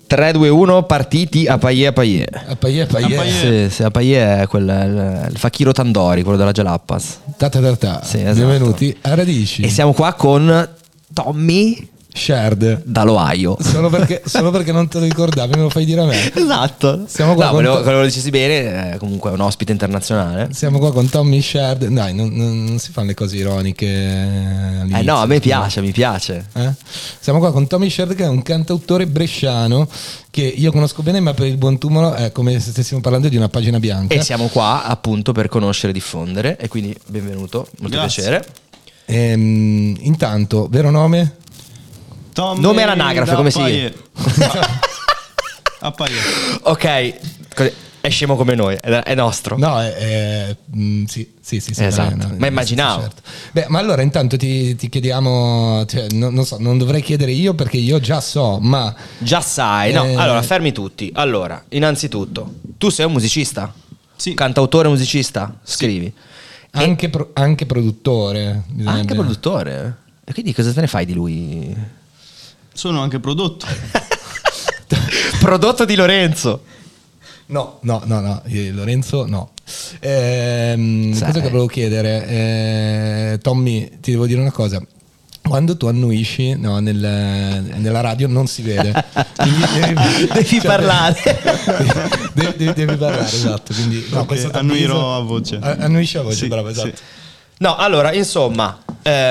3, 2, 1, partiti a Paie. Sì, a Paie è il Fakiro Tandori, quello della Jalapas. Sì, esatto. Benvenuti a Radici. E siamo qua con Tommy Shared dall'Ohio. Solo perché non te lo ricordavi, me lo fai dire a me. Esatto. Siamo qua volevo dicessi bene, comunque è un ospite internazionale. Siamo qua con Tommy Shared. Dai, non si fanno le cose ironiche all'inizio. No, a me piace, mi piace. Siamo qua con Tommy Shared, che è un cantautore bresciano che io conosco bene, ma per il buon tumolo è come se stessimo parlando di una pagina bianca. E siamo qua appunto per conoscere e diffondere, e quindi benvenuto, molto Grazie. piacere. Intanto, vero nome? Tommy Nome all'anagrafe, come si dice? A Paie. Ok, è scemo come noi, è nostro. No, sì, esatto. Ma immaginavo. certo. Beh, ma allora intanto ti chiediamo, cioè, non so, non dovrei chiedere io perché io già so, ma Già sai, no? Allora, fermi tutti. Allora, innanzitutto, tu sei un musicista? Sì. Cantautore, musicista? Scrivi. anche produttore. Anche produttore? E quindi cosa te ne fai di lui? Sono anche prodotto. Prodotto di Lorenzo. No, Lorenzo no. Cosa che volevo chiedere, Tommy, ti devo dire una cosa. Quando tu annuisci nella radio non si vede. Devi parlare. Devi parlare, esatto. Quindi, no, Okay, annuirò a voce. Annuisci a voce, Sì, bravo, esatto. sì. No, allora, insomma,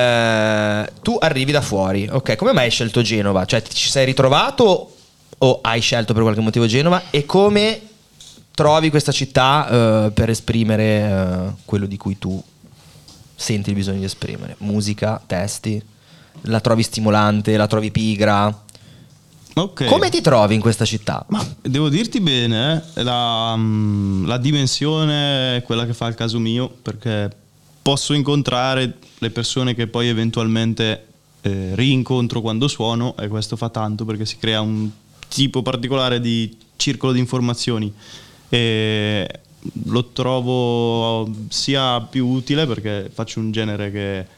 tu arrivi da fuori, ok? Come mai hai scelto Genova? Cioè, ti ci sei ritrovato o hai scelto per qualche motivo Genova? E come trovi questa città per esprimere quello di cui tu senti il bisogno di esprimere? Musica, testi? La trovi stimolante? La trovi pigra? Ok. Come ti trovi in questa città? Ma devo dirti bene, la dimensione è quella che fa il caso mio, perché posso incontrare le persone che poi eventualmente rincontro quando suono, e questo fa tanto perché si crea un tipo particolare di circolo di informazioni, e lo trovo sia più utile perché faccio un genere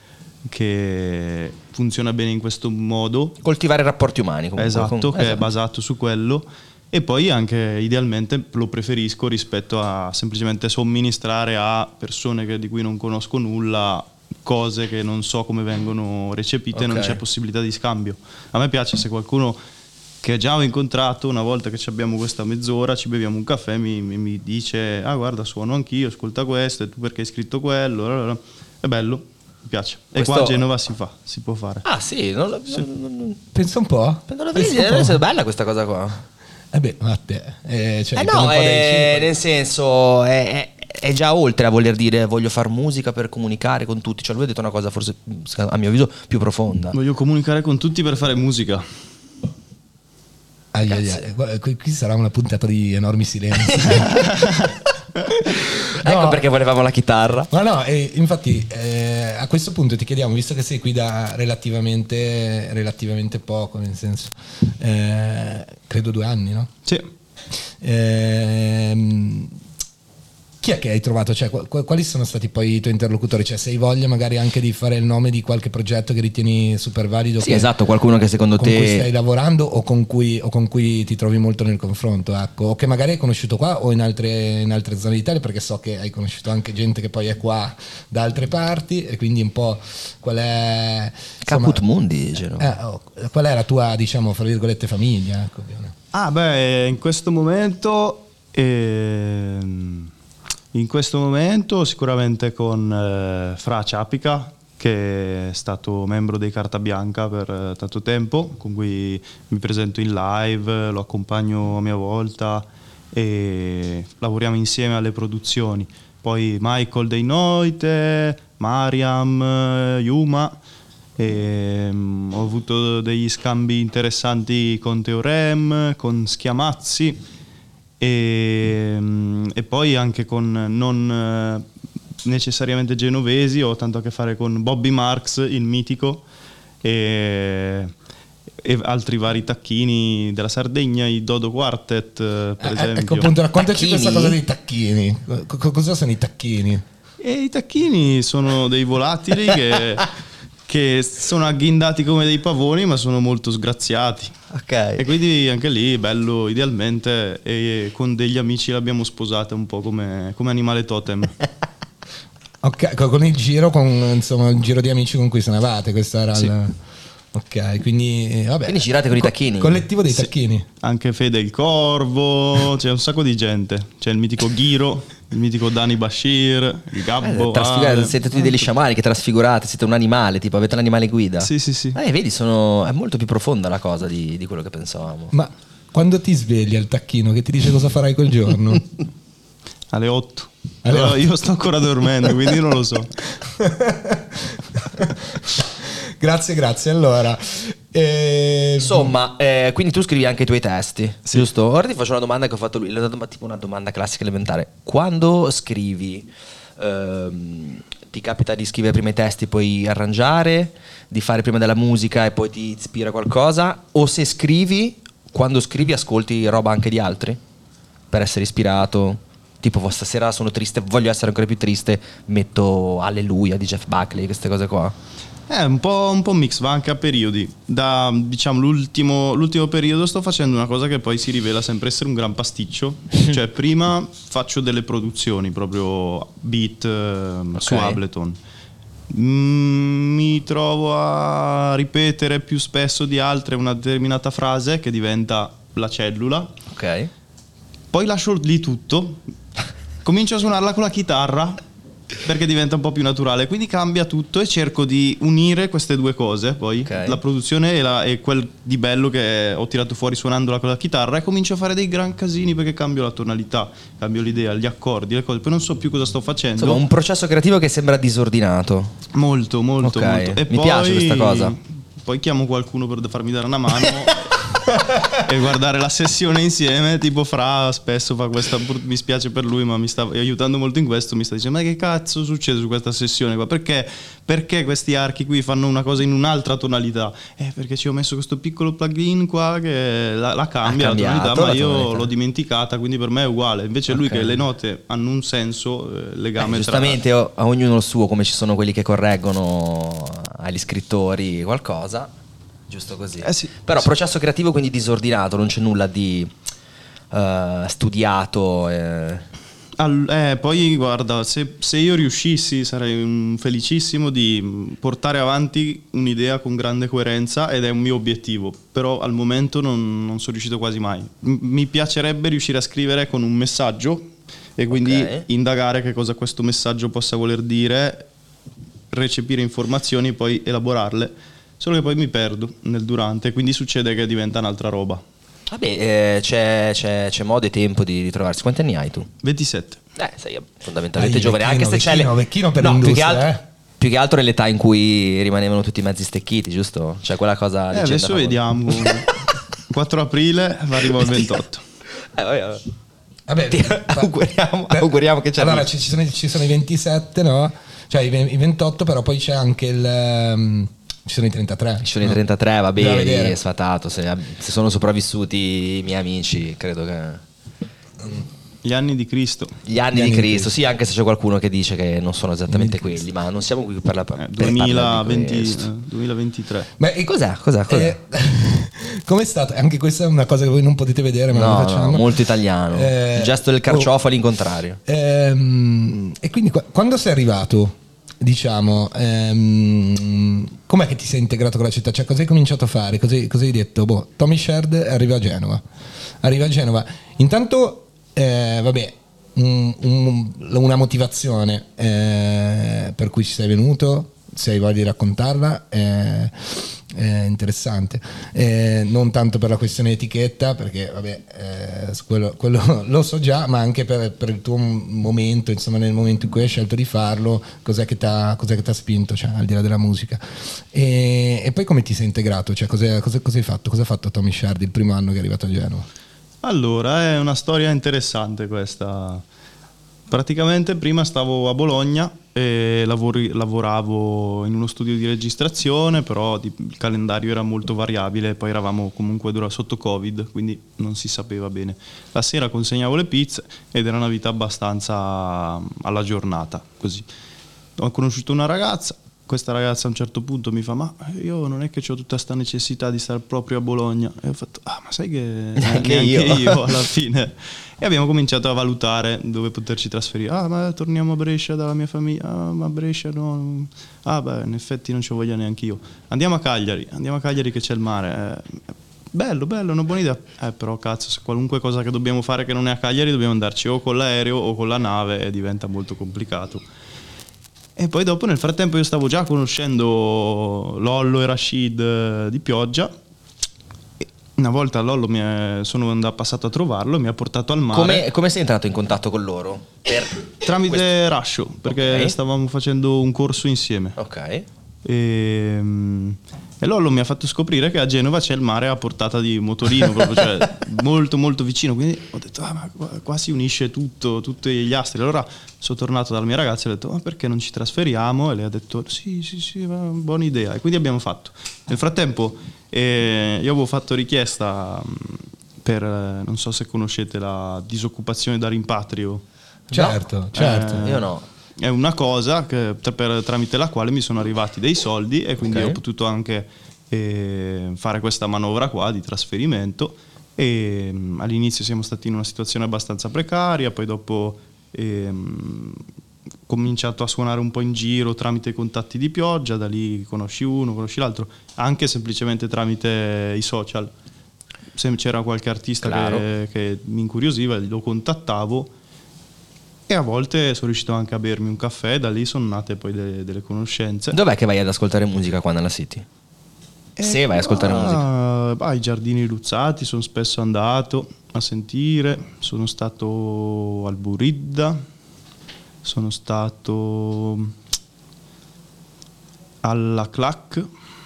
che funziona bene in questo modo. Coltivare rapporti umani, comunque. Esatto, che è basato su quello. E poi anche idealmente lo preferisco rispetto a semplicemente somministrare a persone di cui non conosco nulla cose che non so come vengono recepite, non c'è possibilità di scambio. A me piace se qualcuno che già ho incontrato, una volta che abbiamo questa mezz'ora, ci beviamo un caffè, mi dice guarda, suono anch'io, ascolta questo, e tu perché hai scritto quello, è bello, mi piace. Questo... E qua a Genova si può fare. Ah sì, pensa un po'. Deve essere bella questa cosa qua. Ma a te cioè, nel senso è già oltre a voler dire voglio far musica per comunicare con tutti. Cioè lui ha detto una cosa forse a mio avviso più profonda. Voglio comunicare con tutti per fare musica. Qui sarà una puntata di enormi silenzi. Ecco perché volevamo la chitarra. Ma no, infatti a questo punto ti chiediamo, visto che sei qui da relativamente poco, nel senso credo 2 anni, no? Sì. Chi è che hai trovato? Cioè, quali sono stati poi i tuoi interlocutori? Cioè, se hai voglia magari anche di fare il nome di qualche progetto che ritieni super valido? Sì, esatto, qualcuno che secondo te... con cui stai lavorando o con cui ti trovi molto nel confronto, ecco. O che magari hai conosciuto qua o in altre zone d'Italia, perché so che hai conosciuto anche gente che poi è qua da altre parti, e quindi un po' qual è... Caput Mundi, qual è la tua, diciamo, fra virgolette, famiglia? Ecco. In questo momento sicuramente con Fra Ciapica, che è stato membro dei Carta Bianca per tanto tempo, con cui mi presento in live, lo accompagno a mia volta e lavoriamo insieme alle produzioni. Poi Michael Dei Noite, Mariam, Yuma, ho avuto degli scambi interessanti con Teorem, con Schiamazzi, e poi anche con non necessariamente genovesi, ho tanto a che fare con Bobby Marks, il mitico, e altri vari tacchini della Sardegna, i Dodo Quartet per esempio. Ecco appunto, raccontaci tacchini? Questa cosa dei tacchini. Cosa sono i tacchini? E i tacchini sono dei volatili che sono agghindati come dei pavoni ma sono molto sgraziati. Ok. E quindi anche lì bello, idealmente, e con degli amici l'abbiamo sposata un po' come animale totem. Ok, con il giro, con insomma il giro di amici con cui se ne andate, questo era Sì. Ok, quindi vabbè. Quindi girate con i tacchini? Collettivo dei tacchini. Anche Fede il Corvo, c'è un sacco di gente. C'è il mitico Ghiro, il mitico Dani Bashir, il Gabbo. Siete tutti degli sciamani che trasfigurate, siete un animale, tipo avete l'animale guida. Sì. Vedi, è molto più profonda la cosa di quello che pensavamo. Ma quando ti svegli al tacchino che ti dice cosa farai quel giorno? Alle 8. Alle 8. Io sto ancora dormendo, quindi non lo so. Grazie. Allora, insomma, quindi tu scrivi anche i tuoi testi, giusto? Ora ti faccio una domanda che ho fatto lui, tipo una domanda classica elementare. Quando scrivi, ti capita di scrivere prima i testi, poi arrangiare, di fare prima della musica e poi ti ispira qualcosa? O se scrivi, quando scrivi ascolti roba anche di altri per essere ispirato? Tipo, stasera sono triste, voglio essere ancora più triste, metto Alleluia di Jeff Buckley, queste cose qua. Un po' mix, va anche a periodi. Da diciamo l'ultimo periodo sto facendo una cosa che poi si rivela sempre essere un gran pasticcio. Cioè prima faccio delle produzioni, proprio beat su Ableton. Mi trovo a ripetere più spesso di altre una determinata frase che diventa la cellula. Ok. Poi lascio lì tutto, comincio a suonarla con la chitarra perché diventa un po' più naturale, quindi cambia tutto e cerco di unire queste due cose, poi la produzione e quel di bello che ho tirato fuori suonandola con la chitarra, e comincio a fare dei gran casini perché cambio la tonalità, cambio l'idea, gli accordi, le cose, poi non so più cosa sto facendo. Insomma, un processo creativo che sembra disordinato. Molto. E mi piace questa cosa. Poi chiamo qualcuno per farmi dare una mano e guardare la sessione insieme. Tipo Fra spesso fa questa, mi spiace per lui ma mi sta aiutando molto in questo, mi sta dicendo ma che cazzo succede su questa sessione qua, perché questi archi qui fanno una cosa in un'altra tonalità, perché ci ho messo questo piccolo plugin qua che la cambia la tonalità, ma io l'ho dimenticata, quindi per me è uguale. Invece lui che le note hanno un senso, legame giustamente a ognuno il suo, come ci sono quelli che correggono agli scrittori qualcosa, giusto così. Sì, però processo creativo quindi disordinato, non c'è nulla di studiato. Poi guarda, se io riuscissi sarei felicissimo di portare avanti un'idea con grande coerenza, ed è un mio obiettivo, però al momento non sono riuscito quasi mai. Mi piacerebbe riuscire a scrivere con un messaggio e quindi indagare che cosa questo messaggio possa voler dire, recepire informazioni, poi elaborarle. Solo che poi mi perdo nel durante, quindi succede che diventa un'altra roba. Vabbè, c'è modo e tempo di ritrovarsi. Quanti anni hai tu? 27. Sei fondamentalmente giovane, anche se c'è vecchino per l'industria, più che altro è l'età in cui rimanevano tutti mezzi stecchiti, giusto? Cioè quella cosa. Adesso vediamo. 4 aprile arrivo al 28. Vabbè, auguriamo che c'è. Allora ci sono i 27, no? Cioè i 28, però poi c'è anche ci sono i 33. Ci sono i 33, va bene, è sfatato. Se sono sopravvissuti i miei amici, credo che. Gli anni di Cristo. Gli anni di Cristo, sì, anche se c'è qualcuno che dice che non sono esattamente quelli, ma non siamo qui per la 2023. Ma cos'è? Com'è stato? Anche questa è una cosa che voi non potete vedere, ma noi facciamo. No, molto italiano. Il gesto del carciofo all'incontrario. E quindi quando sei arrivato, diciamo, com'è che ti sei integrato con la città? Cioè, cosa hai cominciato a fare? Cosa hai detto? Tommy Shared arriva a Genova. Intanto una motivazione per cui ci sei venuto, se hai voglia di raccontarla, è interessante, non tanto per la questione etichetta, perché quello lo so già, ma anche per il tuo momento, insomma, nel momento in cui hai scelto di farlo, cos'è che ti ha spinto, cioè, al di là della musica, e poi come ti sei integrato, cioè cosa hai fatto, cosa ha fatto Tommy Shared il primo anno che è arrivato a Genova? Allora, è una storia interessante questa. Praticamente prima stavo a Bologna e lavoravo in uno studio di registrazione, però il calendario era molto variabile, poi eravamo comunque sotto Covid, quindi non si sapeva bene. La sera consegnavo le pizze ed era una vita abbastanza alla giornata, così. Ho conosciuto una ragazza, questa ragazza a un certo punto mi fa: ma io non è che ho tutta questa necessità di stare proprio a Bologna. E ho fatto: ma sai che neanche io alla fine. E abbiamo cominciato a valutare dove poterci trasferire. Ma torniamo a Brescia dalla mia famiglia. Ma a Brescia no. In effetti non ci voglio neanche io. Andiamo a Cagliari che c'è il mare. Bello, una buona idea. Però cazzo, se qualunque cosa che dobbiamo fare che non è a Cagliari dobbiamo andarci o con l'aereo o con la nave e diventa molto complicato. E poi dopo nel frattempo io stavo già conoscendo Lollo e Rashid di Pioggia. E una volta Lollo sono passato a trovarlo e mi ha portato al mare. Come sei entrato in contatto con loro? Tramite Rascio, perché stavamo facendo un corso insieme. Ok. E Lollo mi ha fatto scoprire che a Genova c'è il mare a portata di motorino, proprio, cioè molto molto vicino, quindi ho detto ma qua si unisce tutto, tutti gli astri. Allora sono tornato dalla mia ragazza e ho detto: ma perché non ci trasferiamo? E lei ha detto sì, buona idea, e quindi abbiamo fatto. Nel frattempo io avevo fatto richiesta per, non so se conoscete la disoccupazione da rimpatrio. Certo. Io no. È una cosa tramite la quale mi sono arrivati dei soldi e quindi ho potuto anche fare questa manovra qua di trasferimento. E all'inizio siamo stati in una situazione abbastanza precaria, poi dopo ho cominciato a suonare un po' in giro tramite i contatti di Pioggia, da lì conosci uno, conosci l'altro, anche semplicemente tramite i social. Se c'era qualche artista che mi incuriosiva, lo contattavo. E a volte sono riuscito anche a bermi un caffè, da lì sono nate poi delle conoscenze. Dov'è che vai ad ascoltare musica qua nella City? Se vai ad ascoltare musica. Ai Giardini Luzzati sono spesso andato a sentire, sono stato al Buridda, sono stato alla Clac,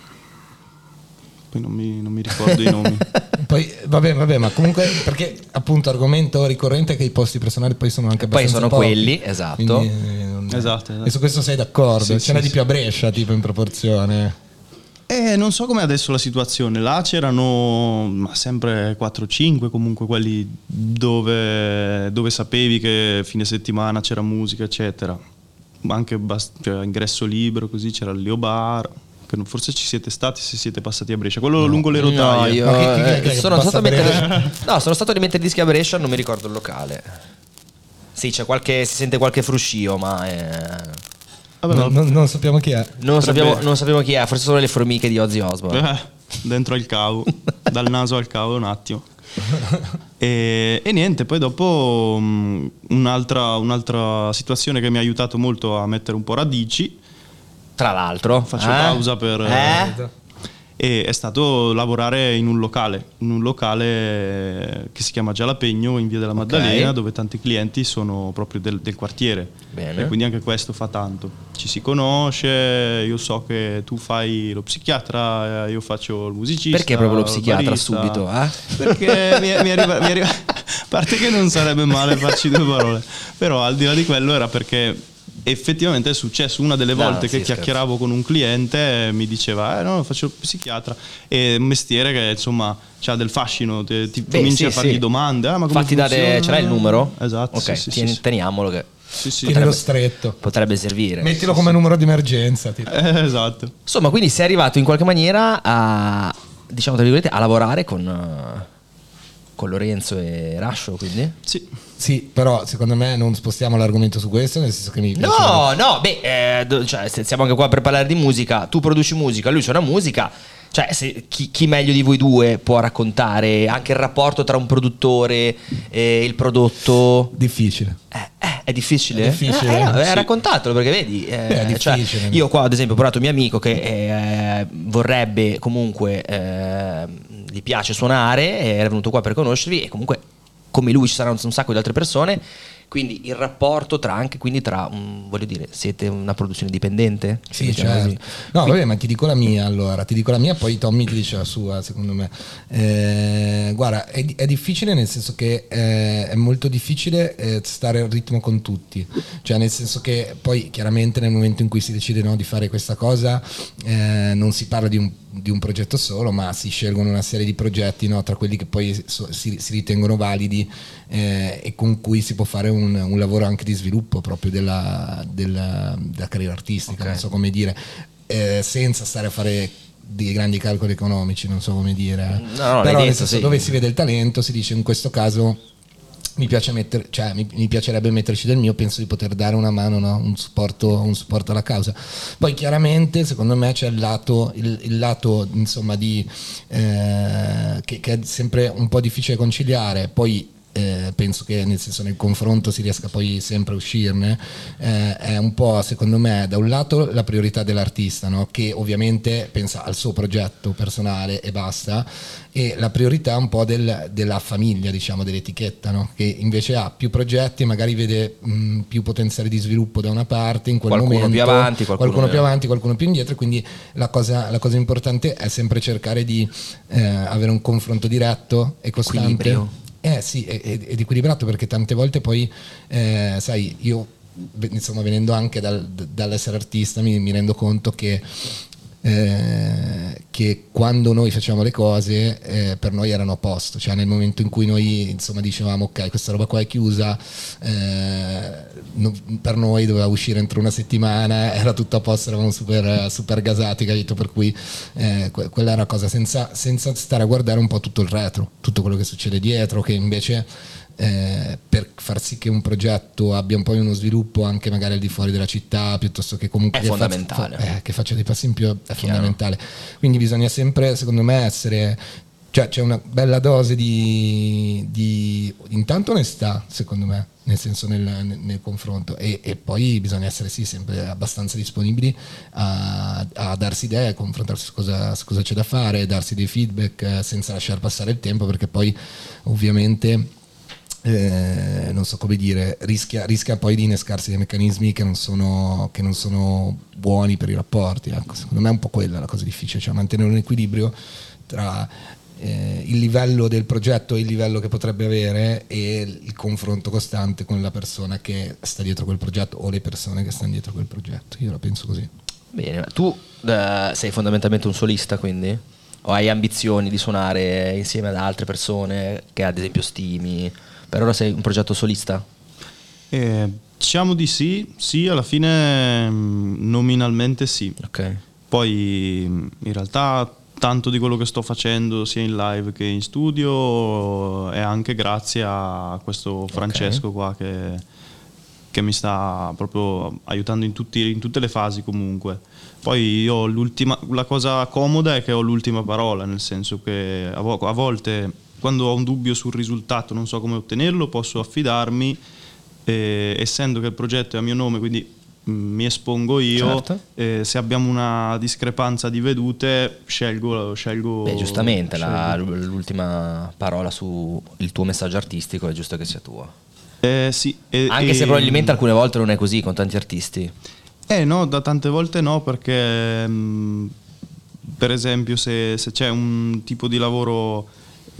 poi non mi ricordo i nomi. Poi vabbè, ma comunque, perché appunto argomento ricorrente è che i posti personali poi sono anche abbastanza poi sono pochi, quelli, esatto. Esatto. E su questo sei d'accordo? Sì, Ce n'è di più a Brescia, tipo in proporzione? Non so com'è adesso la situazione. Là c'erano sempre 4-5 comunque quelli dove sapevi che fine settimana c'era musica, eccetera. Ma anche ingresso libero, così c'era il Leo Bar. Forse ci siete stati se siete passati a Brescia, quello lungo le rotaie. No, io sono stato a rimettere dischi a Brescia, non mi ricordo il locale. Sì, si sente qualche fruscio, ma non sappiamo chi è. Non sappiamo chi è, forse sono le formiche di Ozzy Osbourne. Dentro al cavo, dal naso al cavo un attimo. E niente, poi dopo un'altra situazione che mi ha aiutato molto a mettere un po' radici. Tra l'altro faccio pausa per e è stato lavorare in un locale che si chiama Jalapeno in via della Maddalena, dove tanti clienti sono proprio del quartiere. Bene. E quindi anche questo fa tanto, ci si conosce, io so che tu fai lo psichiatra, io faccio il musicista. Perché proprio lo psichiatra barista, subito? Perché mi arriva a parte che non sarebbe male farci due parole, però al di là di quello era perché effettivamente è successo una delle volte che chiacchieravo con un cliente, mi diceva no, faccio il psichiatra, è un mestiere che insomma c'ha del fascino, ti cominci a fargli domande, ma come fatti dare, ce l'hai il numero? Esatto, ok, teniamolo che Tienilo stretto, potrebbe servire, mettilo come numero di emergenza esatto. Insomma, quindi sei arrivato in qualche maniera a, diciamo tra virgolette, a lavorare con Lorenzo e Rascio, quindi? Sì, però secondo me non spostiamo l'argomento su questo, nel senso che mi piace. Cioè, siamo anche qua per parlare di musica. Tu produci musica, lui suona musica. Cioè, chi meglio di voi due può raccontare anche il rapporto tra un produttore e il prodotto? Difficile. È difficile? È difficile. Raccontatelo, perché vedi, è difficile. Cioè, io qua ad esempio ho portato un mio amico che vorrebbe comunque, gli piace suonare, era venuto qua per conoscervi, e comunque come lui ci saranno un sacco di altre persone, quindi il rapporto voglio dire, siete una produzione dipendente? Sì, certo. Così. No, vabbè, ma ti dico la mia, poi Tommy ti dice la sua, secondo me. Guarda, è difficile, nel senso che è molto difficile stare al ritmo con tutti, cioè nel senso che poi chiaramente nel momento in cui si decide di fare questa cosa non si parla di un progetto solo, ma si scelgono una serie di progetti, tra quelli che poi si ritengono validi e con cui si può fare un lavoro anche di sviluppo proprio della carriera artistica, non so come dire. senza stare a fare dei grandi calcoli economici, non so come dire. No, Però detto, nel senso, sì. dove si vede il talento si dice in questo caso mi piacerebbe metterci del mio, penso di poter dare una mano, no? un supporto alla causa. Poi chiaramente secondo me c'è il lato insomma che è sempre un po' difficile conciliare. Poi penso che nel senso nel confronto si riesca poi sempre a uscirne, è un po' secondo me da un lato la priorità dell'artista, no? Che ovviamente pensa al suo progetto personale e basta, e la priorità un po' della famiglia, diciamo, dell'etichetta, no? Che invece ha più progetti, magari vede più potenziale di sviluppo da una parte in quel Qualcuno momento, più avanti, qualcuno più avanti, qualcuno più indietro, quindi la cosa importante è sempre cercare di avere un confronto diretto e costante. Equilibrio. Sì, ed equilibrato, perché tante volte poi, sai, io insomma venendo anche dall'essere artista mi rendo conto che quando noi facciamo le cose per noi erano a posto, cioè nel momento in cui noi insomma dicevamo ok, questa roba qua è chiusa, per noi doveva uscire entro una settimana, era tutto a posto, eravamo super gasati, capito? Per cui quella era cosa senza stare a guardare un po' tutto il retro, tutto quello che succede dietro, che invece per far sì che un progetto abbia un po' uno sviluppo anche magari al di fuori della città, piuttosto che comunque è fondamentale, che faccia dei passi in più, è fondamentale. Quindi bisogna sempre, secondo me, cioè c'è una bella dose di intanto onestà, secondo me, nel senso nel confronto, e poi bisogna essere sì sempre abbastanza disponibili a darsi idee, a confrontarsi su cosa c'è da fare, darsi dei feedback senza lasciar passare il tempo, perché poi ovviamente non so come dire, rischia poi di innescarsi dei meccanismi che non sono buoni per i rapporti, ecco. Secondo me è un po' quella la cosa difficile, cioè mantenere un equilibrio tra il livello del progetto e il livello che potrebbe avere e il confronto costante con la persona che sta dietro quel progetto o le persone che stanno dietro quel progetto. Io la penso così. Bene, ma tu sei fondamentalmente un solista, quindi? O hai ambizioni di suonare insieme ad altre persone che ad esempio stimi? Per ora sei un progetto solista? Diciamo di sì, alla fine nominalmente sì. Ok. Poi in realtà tanto di quello che sto facendo sia in live che in studio è anche grazie a questo Francesco qua che mi sta proprio aiutando in tutte le fasi comunque. Poi io la cosa comoda è che ho l'ultima parola, nel senso che a volte quando ho un dubbio sul risultato, non so come ottenerlo, posso affidarmi, essendo che il progetto è a mio nome, quindi mi espongo io, certo. Se abbiamo una discrepanza di vedute scelgo. Beh, giustamente l'ultima parola sul tuo messaggio artistico è giusto che sia tua. Sì, anche se probabilmente alcune volte non è così con tanti artisti. No, da tante volte no, perché per esempio se c'è un tipo di lavoro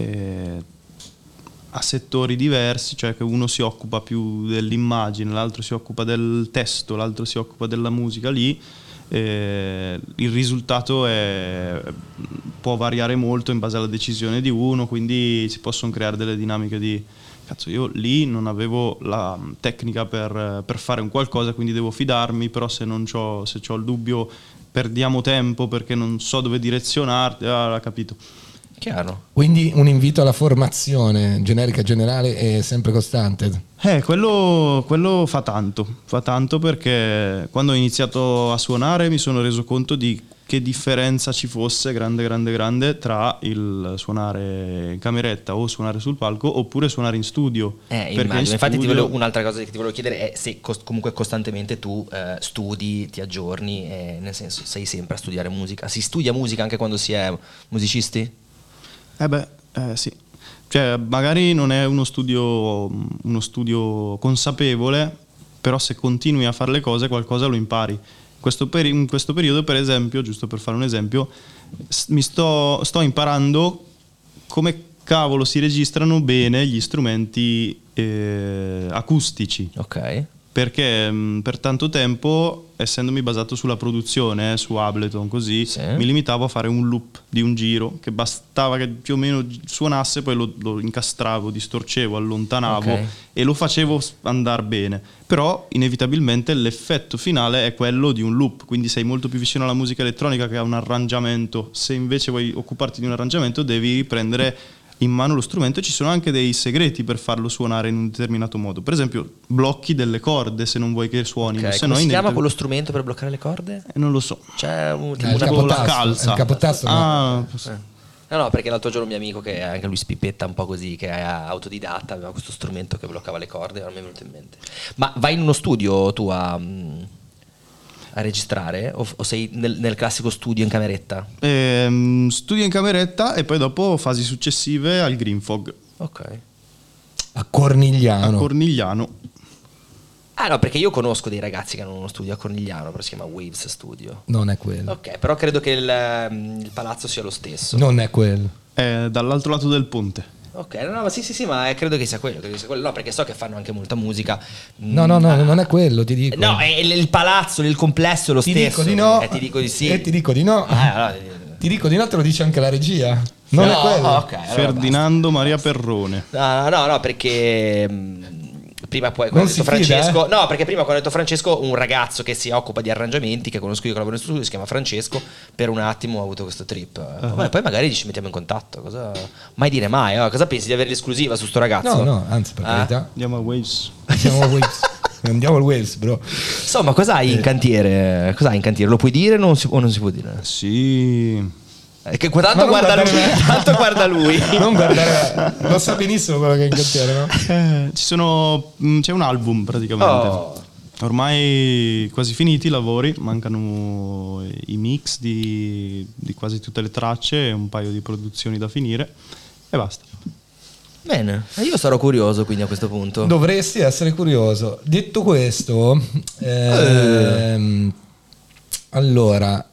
a settori diversi, cioè che uno si occupa più dell'immagine, l'altro si occupa del testo, l'altro si occupa della musica, lì il risultato può variare molto in base alla decisione di uno, quindi si possono creare delle dinamiche di cazzo, io lì non avevo la tecnica per fare un qualcosa, quindi devo fidarmi, però se c'ho il dubbio perdiamo tempo perché non so dove direzionarti, capito? Chiaro. Quindi un invito alla formazione generica generale e sempre costante. Quello fa tanto perché quando ho iniziato a suonare mi sono reso conto di che differenza ci fosse grande tra il suonare in cameretta o suonare sul palco oppure suonare in studio. Immagino. Infatti un'altra cosa che ti volevo chiedere è se comunque costantemente tu studi, ti aggiorni, nel senso sei sempre a studiare musica. Si studia musica anche quando si è musicisti? Sì. Cioè magari non è uno studio consapevole, però se continui a fare le cose qualcosa lo impari. In questo periodo, per esempio, giusto per fare un esempio, mi sto imparando come cavolo si registrano bene gli strumenti acustici. Ok. perché per tanto tempo, essendomi basato sulla produzione, su Ableton così, Sì. mi limitavo a fare un loop di un giro che bastava che più o meno suonasse, poi lo incastravo, distorcevo, allontanavo Ok. e lo facevo andare bene. Però inevitabilmente l'effetto finale è quello di un loop, quindi sei molto più vicino alla musica elettronica che a un arrangiamento. Se invece vuoi occuparti di un arrangiamento devi prendere in mano lo strumento, e ci sono anche dei segreti per farlo suonare in un determinato modo. Per esempio, blocchi delle corde se non vuoi che suonino. Ok, Se come no si chiama inevitabil- quello strumento per bloccare le corde? Non lo so. C'è tipo il una Tipo la capotasto, calza. il capotasto, no. Ah, No, perché l'altro giorno un mio amico, che anche lui spipetta un po' così, che è autodidatta, aveva questo strumento che bloccava le corde, non mi è venuto in mente. Ma vai in uno studio tu a registrare o sei nel classico studio in cameretta? studio in cameretta e poi dopo fasi successive al Green Fog Ok. A a Cornigliano. Cornigliano. Ah no, perché io conosco dei ragazzi che hanno uno studio a Cornigliano, però si chiama Waves Studio. Non è quello. Ok, però credo che il palazzo sia lo stesso. Non è quello. È dall'altro lato del ponte. Ok, no, ma sì, ma credo che sia quello, No, perché so che fanno anche molta musica. No, non è quello, ti dico. No, è il palazzo, il complesso è lo ti stesso. dico di no. Ti dico di sì. E ti dico di no. Allora, Ti dico di no, te lo dice anche la regia. Non è quello. ok, allora Ferdinando Maria Perrone. No, perché prima poi quando Non ho detto si fida, Francesco, no, perché prima quando ho detto Francesco, un ragazzo che si occupa di arrangiamenti, che conosco io, che lavora in studio, si chiama Francesco, per un attimo ho avuto questo trip. Vabbè, poi magari ci mettiamo in contatto, mai dire mai, cosa pensi di avere l'esclusiva su sto ragazzo? No, anzi, per carità. Andiamo a Waves. Andiamo al Waves. Andiamo al Waves, bro. Insomma, cosa hai in cantiere? Lo puoi dire o non si può dire? Sì. Che Ma tanto non guarda lui, guardare me. tanto guarda lui. Non guardare, lo sa benissimo quello che è in cantiere, no? C'è un album praticamente. Oh. Ormai quasi finiti i lavori, mancano i mix di quasi tutte le tracce e un paio di produzioni da finire e basta. Bene, io sarò curioso quindi a questo punto. Dovresti essere curioso. Detto questo, allora,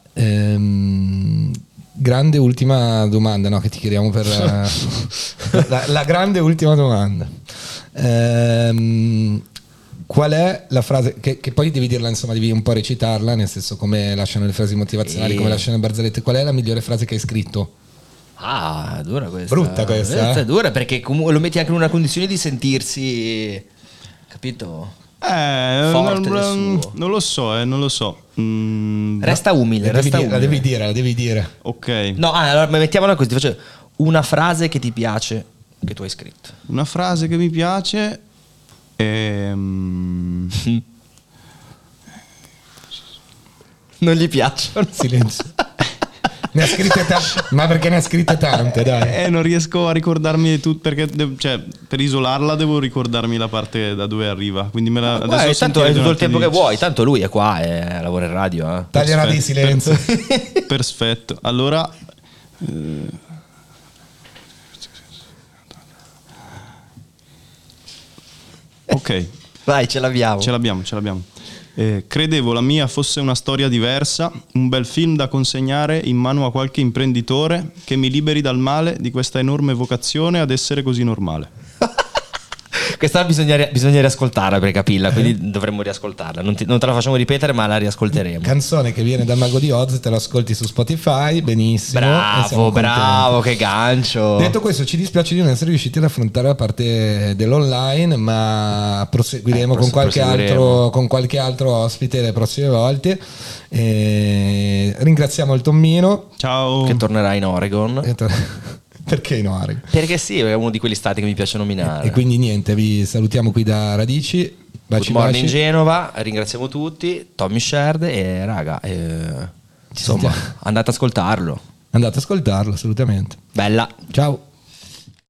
grande ultima domanda, no, che ti chiediamo per la grande ultima domanda. Qual è la frase che poi devi dirla, insomma, devi un po' recitarla, nel senso come lasciano le frasi motivazionali, come lasciano le barzellette. Qual è la migliore frase che hai scritto? Ah, è dura questa. Brutta questa, È dura perché comunque lo metti anche in una condizione di sentirsi, capito? Forte del suo. Non lo so. Resta umile, resta umile. La devi dire. Ok. No, allora mettiamola così, ti faccio una frase che ti piace, che tu hai scritto. Una frase che mi piace Non gli piacciono. Silenzio. Ne ha scritte ma perché ne ha scritte tante, dai. Non riesco a ricordarmi tutto perché per isolarla devo ricordarmi la parte da dove arriva. Quindi adesso Tanto hai tutto il tempo che dici. vuoi, tanto lui è qua e lavora in radio. Eh. Taglierà di silenzio. Perfetto. Allora ok, Vai, ce l'abbiamo. ce l'abbiamo. Credevo la mia fosse una storia diversa, un bel film da consegnare in mano a qualche imprenditore che mi liberi dal male di questa enorme vocazione ad essere così normale. Questa bisogna riascoltarla per capirla, quindi dovremmo riascoltarla. Non te la facciamo ripetere, ma la riascolteremo. Canzone che viene dal Mago di Oz, te lo ascolti su Spotify, benissimo. e siamo Bravo, contenti. che gancio. Detto questo, ci dispiace di non essere riusciti ad affrontare la parte dell'online, ma proseguiremo con qualche altro ospite le prossime volte. Ringraziamo il Tommino. Ciao. Che tornerà in Oregon. Perché in Oregon? Perché sì, è uno di quegli stati che mi piace nominare. E quindi niente, vi salutiamo qui da Radici. Good morning Genova, ringraziamo tutti, Tommy Shared e raga, insomma, andate ad ascoltarlo. Andate ad ascoltarlo, assolutamente. Bella. Ciao.